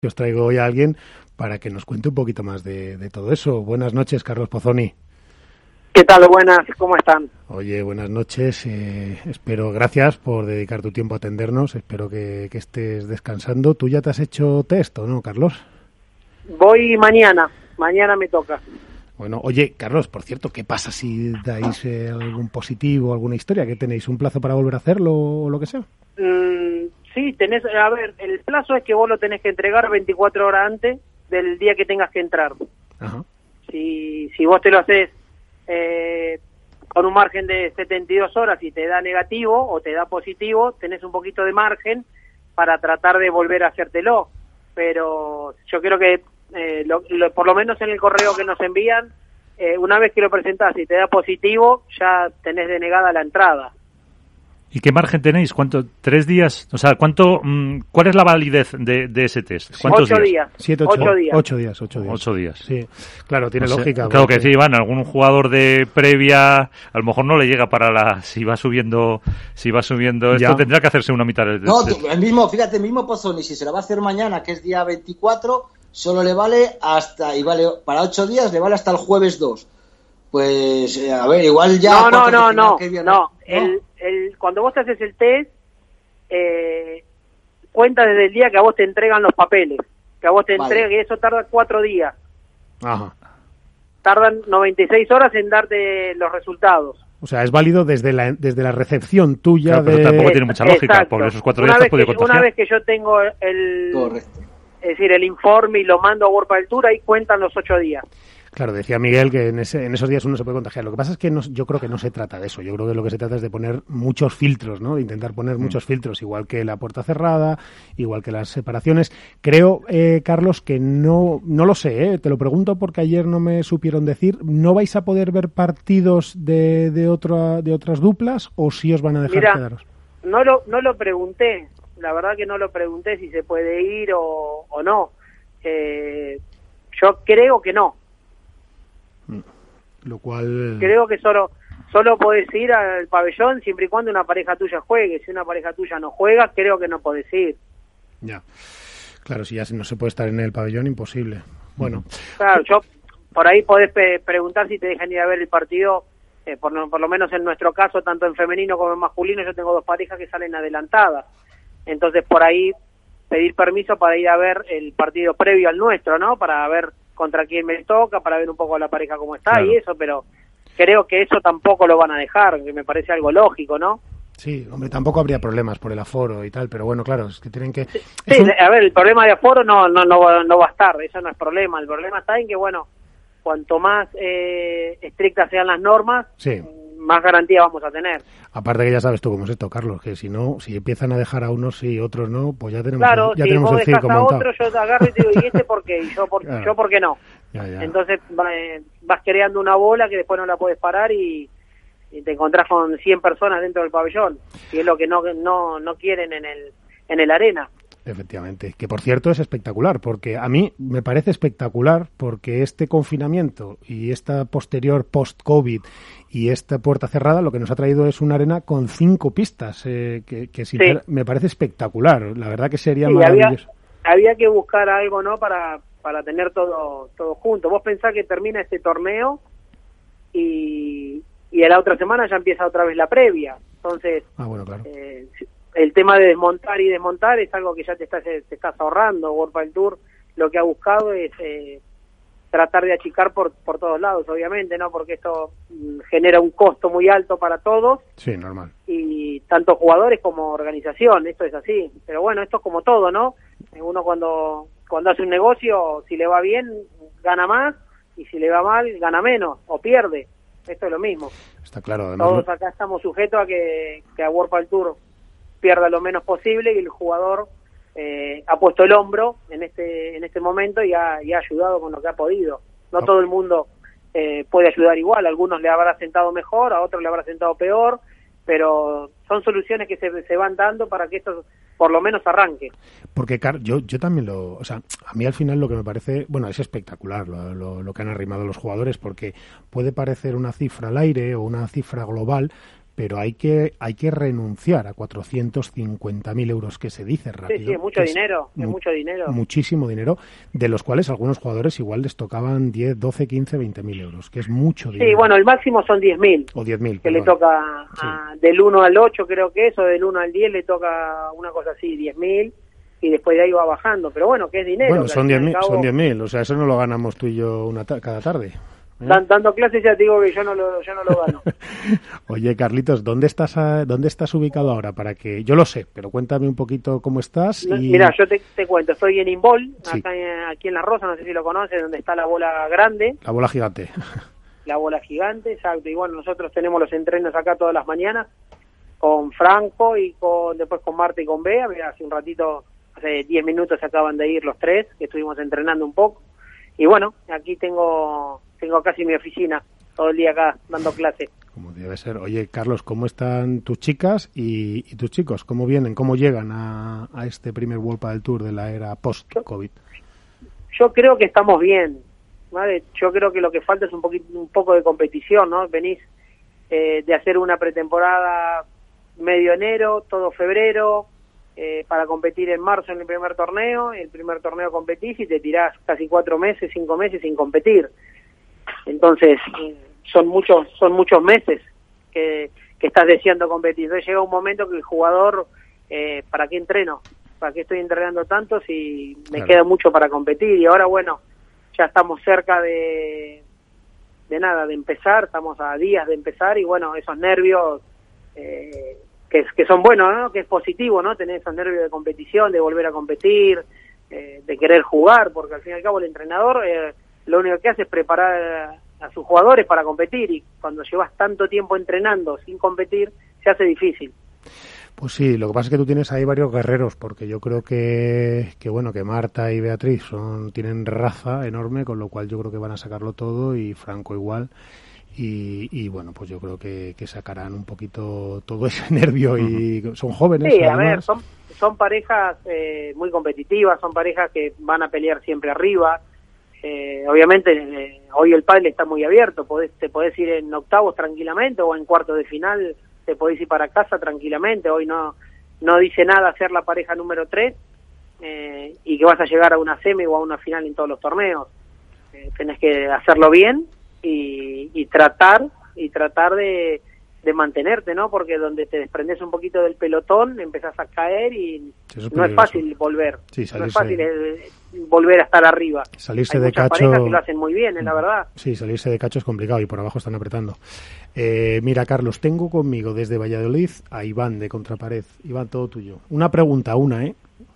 que os traigo hoy a alguien para que nos cuente un poquito más de todo eso. Buenas noches, Carlos Pozzoni. ¿Qué tal? Buenas, ¿cómo están? Oye, buenas noches. Gracias por dedicar tu tiempo a atendernos. Espero que estés descansando. ¿Tú ya te has hecho test o no, Carlos? Voy mañana me toca. Bueno, oye, Carlos, por cierto, ¿qué pasa si dais algún positivo, alguna historia? ¿Que tenéis un plazo para volver a hacerlo o lo que sea? Sí, el plazo es que vos lo tenés que entregar 24 horas antes del día que tengas que entrar. Ajá. Si vos te lo haces con un margen de 72 horas y te da negativo o te da positivo, tenés un poquito de margen para tratar de volver a hacértelo. Pero yo creo que por lo menos en el correo que nos envían, una vez que lo presentás y te da positivo, ya tenés denegada la entrada. ¿Y qué margen tenéis? ¿Cuánto? ¿3 días? O sea, ¿cuál es la validez de ese test? ¿Cuántos 8 días? 8 días. 8 días. Sí, claro, tiene lógica. Claro que sí, Iván, algún jugador de previa, a lo mejor no le llega para si va subiendo esto, tendrá que hacerse una mitad del No, el mismo Pozzoni, si se lo va a hacer mañana, que es día 24, solo le vale para 8 días, le vale hasta el jueves 2. Pues, a ver, igual ya... No. Cuando vos te haces el test, cuenta desde el día que a vos te entregan los papeles. Que a vos te entregan, que eso tarda 4 días. Ajá. Tardan 96 horas en darte los resultados. O sea, es válido desde la recepción tuya. Claro, pero tampoco tiene mucha lógica. Exacto. Por esos 4 días te has podido contagiar. Una vez que yo tengo el informe y lo mando a World Padel Tour, ahí cuentan los 8 días. Claro, decía Miguel que en esos días uno se puede contagiar. Lo que pasa es que yo creo que no se trata de eso. Yo creo que lo que se trata es de poner muchos filtros, ¿no? De intentar poner muchos filtros, igual que la puerta cerrada, igual que las separaciones. Creo, Carlos, que no lo sé, te lo pregunto porque ayer no me supieron decir. ¿No vais a poder ver partidos de otras duplas o sí os van a dejar quedaros? No lo pregunté. La verdad que no lo pregunté si se puede ir o no. Yo creo que no. Lo cual... Creo que solo podés ir al pabellón siempre y cuando una pareja tuya juegue. Si una pareja tuya no juega, creo que no podés ir. Ya. Claro, si ya no se puede estar en el pabellón, imposible. Bueno. Claro, por ahí podés preguntar si te dejan ir a ver el partido. Por lo menos en nuestro caso, tanto en femenino como en masculino, yo tengo 2 parejas que salen adelantadas. Entonces, por ahí pedir permiso para ir a ver el partido previo al nuestro, ¿no? Para ver contra quién me toca, para ver un poco a la pareja cómo está, claro. Y eso, pero creo que eso tampoco lo van a dejar, que me parece algo lógico, ¿no? Sí, hombre, tampoco habría problemas por el aforo y tal, pero bueno, claro, es que tienen que... Sí, a ver, el problema de aforo no va a estar, eso no es problema, el problema está en que, bueno, cuanto más estrictas sean las normas, sí, más garantía vamos a tener. Aparte que ya sabes tú cómo es esto, Carlos, que si empiezan a dejar a unos sí y otros no, pues ya tenemos, claro, ya si tenemos vos el circo dejás a montado. otro, yo te agarro y te digo, ¿y este por qué? ¿Y yo por qué no? Ya. Entonces vas creando una bola que después no la puedes parar y te encontrás con 100 personas dentro del pabellón, y es lo que no quieren en el arena. Efectivamente, que por cierto es espectacular, porque a mí me parece espectacular, porque este confinamiento y esta posterior post-COVID y esta puerta cerrada lo que nos ha traído es una arena con 5 pistas, que sí, me parece espectacular, la verdad que sería maravilloso. Había que buscar algo, ¿no?, para tener todo junto. Vos pensás que termina este torneo y a la otra semana ya empieza otra vez la previa, entonces... bueno, claro. El tema de desmontar y desmontar es algo que ya te estás ahorrando. World Padel Tour lo que ha buscado es tratar de achicar por todos lados, obviamente, ¿no? Porque esto genera un costo muy alto para todos. Sí, normal. Y tanto jugadores como organización, esto es así. Pero bueno, esto es como todo, ¿no? Uno cuando hace un negocio, si le va bien, gana más, y si le va mal, gana menos, o pierde. Esto es lo mismo. Está claro. Además, todos acá estamos sujetos a que a World Padel Tour pierda lo menos posible, y el jugador ha puesto el hombro en este momento y ha ayudado con lo que ha podido. No todo el mundo puede ayudar igual, a algunos le habrá sentado mejor, a otros le habrá sentado peor, pero son soluciones que se van dando para que esto por lo menos arranque. Porque yo también o sea, a mí al final lo que me parece, bueno, es espectacular lo que han arrimado los jugadores, porque puede parecer una cifra al aire o una cifra global, pero hay que renunciar a 450.000 euros, que se dice rápido. Sí, es mucho dinero, es mucho dinero. Muchísimo dinero, de los cuales algunos jugadores igual les tocaban 10, 12, 15, 20.000 euros, que es mucho dinero. Sí, bueno, el máximo son 10.000. O 10.000. Que le toca del 1 al 8, creo que eso, del 1 al 10 le toca una cosa así, 10.000, y después de ahí va bajando. Pero bueno, que es dinero. Bueno, son 10.000, o sea, eso no lo ganamos tú y yo cada tarde. Dando clases ya te digo que yo no lo gano. Oye, Carlitos, ¿dónde estás ubicado ahora? Para que yo lo sé, pero cuéntame un poquito cómo estás. Mira, yo te cuento, estoy en Imbol, sí. aquí en La Rosa, no sé si lo conoces, donde está la bola grande. La bola gigante. La bola gigante, exacto. Y bueno, nosotros tenemos los entrenos acá todas las mañanas con Franco y después con Marta y con Bea. Mira, hace un ratito, hace 10 minutos se acaban de ir los tres, que estuvimos entrenando un poco. Y bueno, aquí tengo casi mi oficina, todo el día acá dando clase. Como debe ser. Oye, Carlos, ¿cómo están tus chicas y tus chicos? ¿Cómo vienen? ¿Cómo llegan a este primer World Padel Tour de la era post-COVID? Yo creo que estamos bien, ¿vale? Yo creo que lo que falta es un poco de competición, ¿no? Venís de hacer una pretemporada medio enero, todo febrero, para competir en marzo en el primer torneo competís y te tirás casi 4 meses, 5 meses sin competir. Entonces, son muchos meses que estás deseando competir. Entonces llega un momento que el jugador, ¿para qué entreno? ¿Para qué estoy entrenando tanto si me queda mucho para competir? Y ahora, bueno, ya estamos cerca de empezar, estamos a días de empezar y bueno, esos nervios que son buenos, ¿no? Que es positivo, ¿no? Tener esos nervios de competición, de volver a competir, de querer jugar, porque al fin y al cabo el entrenador lo único que hace es preparar a sus jugadores para competir y cuando llevas tanto tiempo entrenando sin competir se hace difícil. Pues sí, lo que pasa es que tú tienes ahí varios guerreros, porque yo creo que Marta y Beatriz tienen raza enorme, con lo cual yo creo que van a sacarlo todo y Franco igual. Y bueno, pues yo creo que sacarán un poquito todo ese nervio y son jóvenes. Sí, además. A ver, son parejas muy competitivas, son parejas que van a pelear siempre arriba. Obviamente hoy el pádel está muy abierto, te podés ir en octavos tranquilamente o en cuartos de final te podés ir para casa tranquilamente. Hoy no dice nada ser la pareja número 3 y que vas a llegar a una semi o a una final en todos los torneos. Tenés que hacerlo bien y tratar de mantenerte, ¿no? Porque donde te desprendes un poquito del pelotón empezás a caer y no es fácil volver. Sí, no es fácil volver a estar arriba. Salirse Hay de muchas cacho. parejas que lo hacen muy bien, la verdad. Sí, salirse de cacho es complicado y por abajo están apretando. Mira, Carlos, tengo conmigo desde Valladolid a Iván de Contrapared. Iván, todo tuyo. Una pregunta, ¿eh?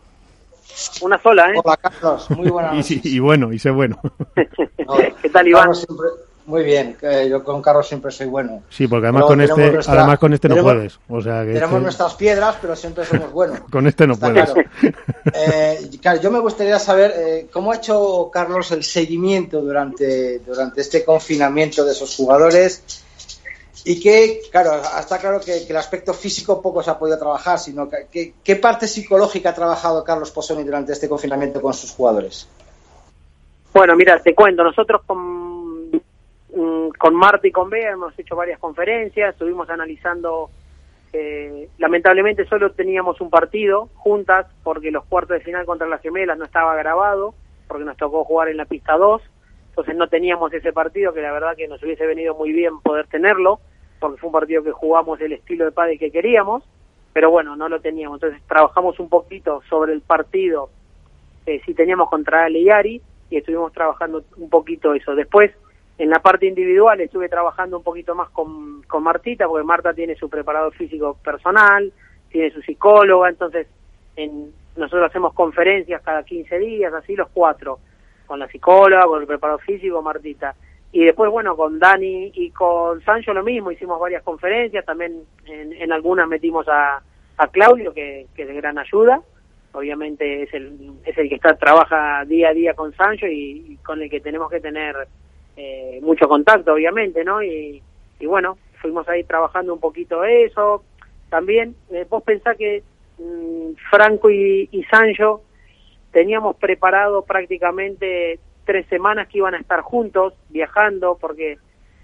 Una sola, ¿eh? Hola, Carlos. Muy buenas. y sé bueno. ¿Qué tal, Iván? Muy bien, yo con Carlos siempre soy bueno. Sí, porque además con este no puedes. O sea que tenemos nuestras piedras, pero siempre somos buenos. Con este no puedes. Claro, yo me gustaría saber cómo ha hecho Carlos el seguimiento durante este confinamiento de esos jugadores y que, claro, está claro que el aspecto físico poco se ha podido trabajar, sino que ¿qué parte psicológica ha trabajado Carlos Pozzoni durante este confinamiento con sus jugadores? Bueno, mira, te cuento, nosotros con Marta y con Bea hemos hecho varias conferencias, estuvimos analizando, lamentablemente solo teníamos un partido juntas porque los cuartos de final contra las Gemelas no estaba grabado, porque nos tocó jugar en la pista 2, entonces no teníamos ese partido que la verdad que nos hubiese venido muy bien poder tenerlo, porque fue un partido que jugamos el estilo de pádel que queríamos, pero bueno, no lo teníamos, entonces trabajamos un poquito sobre el partido si teníamos contra Ale y Ari, y estuvimos trabajando un poquito eso. Después, en la parte individual estuve trabajando un poquito más con Martita, porque Marta tiene su preparador físico personal, tiene su psicóloga, entonces nosotros hacemos conferencias cada 15 días, así los 4, con la psicóloga, con el preparador físico, Martita. Y después, bueno, con Dani y con Sancho lo mismo, hicimos varias conferencias, también en algunas metimos a Claudio, que es de gran ayuda. Obviamente es el que trabaja día a día con Sancho y con el que tenemos que tener mucho contacto, obviamente, ¿no? Y bueno, fuimos ahí trabajando un poquito eso. También, vos pensás que Franco y Sancho teníamos preparado prácticamente 3 semanas que iban a estar juntos, viajando, porque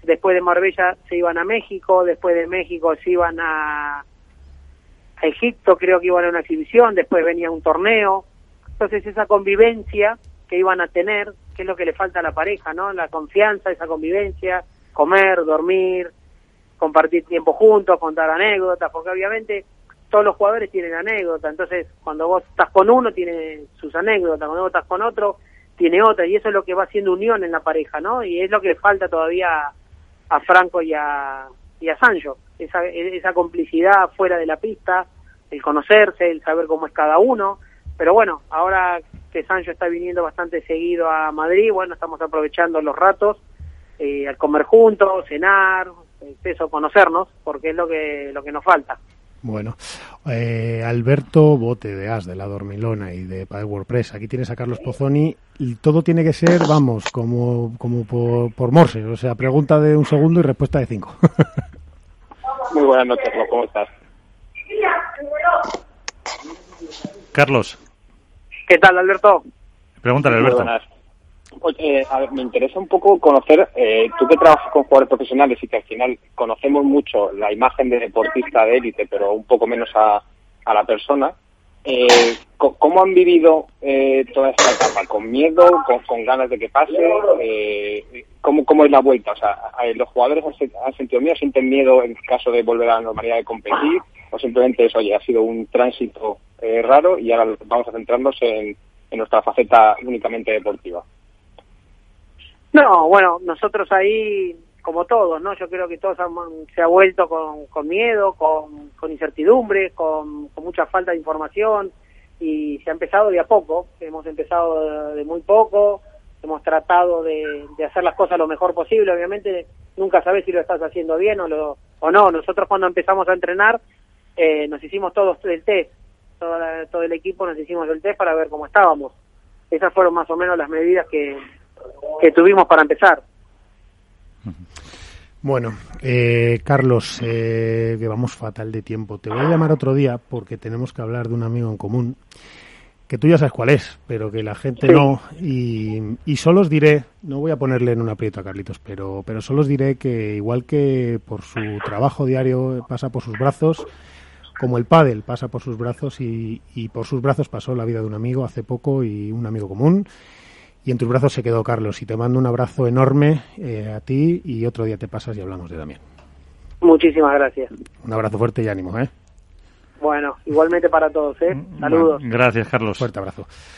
después de Marbella se iban a México, después de México se iban a Egipto, creo que iban a una exhibición, después venía un torneo. Entonces esa convivencia que iban a tener, que es lo que le falta a la pareja, ¿no? La confianza, esa convivencia, comer, dormir, compartir tiempo juntos, contar anécdotas, porque obviamente todos los jugadores tienen anécdotas, entonces cuando vos estás con uno tiene sus anécdotas, cuando vos estás con otro tiene otra, y eso es lo que va haciendo unión en la pareja, ¿no? Y es lo que le falta todavía a Franco y a Sancho, esa complicidad fuera de la pista, el conocerse, el saber cómo es cada uno. Pero bueno, ahora que Sancho está viniendo bastante seguido a Madrid, bueno, estamos aprovechando los ratos, al comer juntos, cenar, eso, conocernos, porque es lo que nos falta. Bueno, Alberto Bote de As, de La Dormilona y de Padel WordPress. Aquí tienes a Carlos Pozzoni y todo tiene que ser, vamos, como por Morse, o sea, pregunta de 1 segundo y respuesta de 5. Muy buenas noches, ¿cómo estás? Carlos. ¿Qué tal, Alberto? Pregúntale, Alberto. Muy buenas. Oye, a ver, me interesa un poco conocer, tú que trabajas con jugadores profesionales y que al final conocemos mucho la imagen de deportista de élite, pero un poco menos a la persona, ¿cómo han vivido toda esta etapa? ¿Con miedo? ¿Con ganas de que pase? ¿Cómo es la vuelta? O sea, ¿los jugadores han sentido miedo? ¿Sienten miedo en caso de volver a la normalidad de competir? ¿O simplemente es, oye, ha sido un tránsito raro y ahora vamos a centrarnos en nuestra faceta únicamente deportiva? No, bueno, nosotros ahí, como todos, ¿no? Yo creo que todos se ha vuelto con miedo, con incertidumbre, con mucha falta de información, y se ha empezado de a poco. Hemos empezado de muy poco, hemos tratado de hacer las cosas lo mejor posible. Obviamente nunca sabes si lo estás haciendo bien o no. Nosotros cuando empezamos a entrenar nos hicimos todos el test, todo el equipo nos hicimos el test para ver cómo estábamos. Esas fueron más o menos las medidas que tuvimos para empezar. Bueno, Carlos, que vamos fatal de tiempo. Te voy a llamar otro día porque tenemos que hablar de un amigo en común, que tú ya sabes cuál es, pero que la gente sí. No. Y solo os diré, no voy a ponerle en un aprieto a Carlitos, pero solo os diré que igual que por su trabajo diario pasa por sus brazos, como el pádel pasa por sus brazos y por sus brazos pasó la vida de un amigo hace poco y un amigo común. Y en tus brazos se quedó Carlos. Y te mando un abrazo enorme a ti y otro día te pasas y hablamos de Damián. Muchísimas gracias. Un abrazo fuerte y ánimo, ¿eh? Bueno, igualmente para todos, ¿eh? Saludos. Bueno, gracias, Carlos. Fuerte abrazo.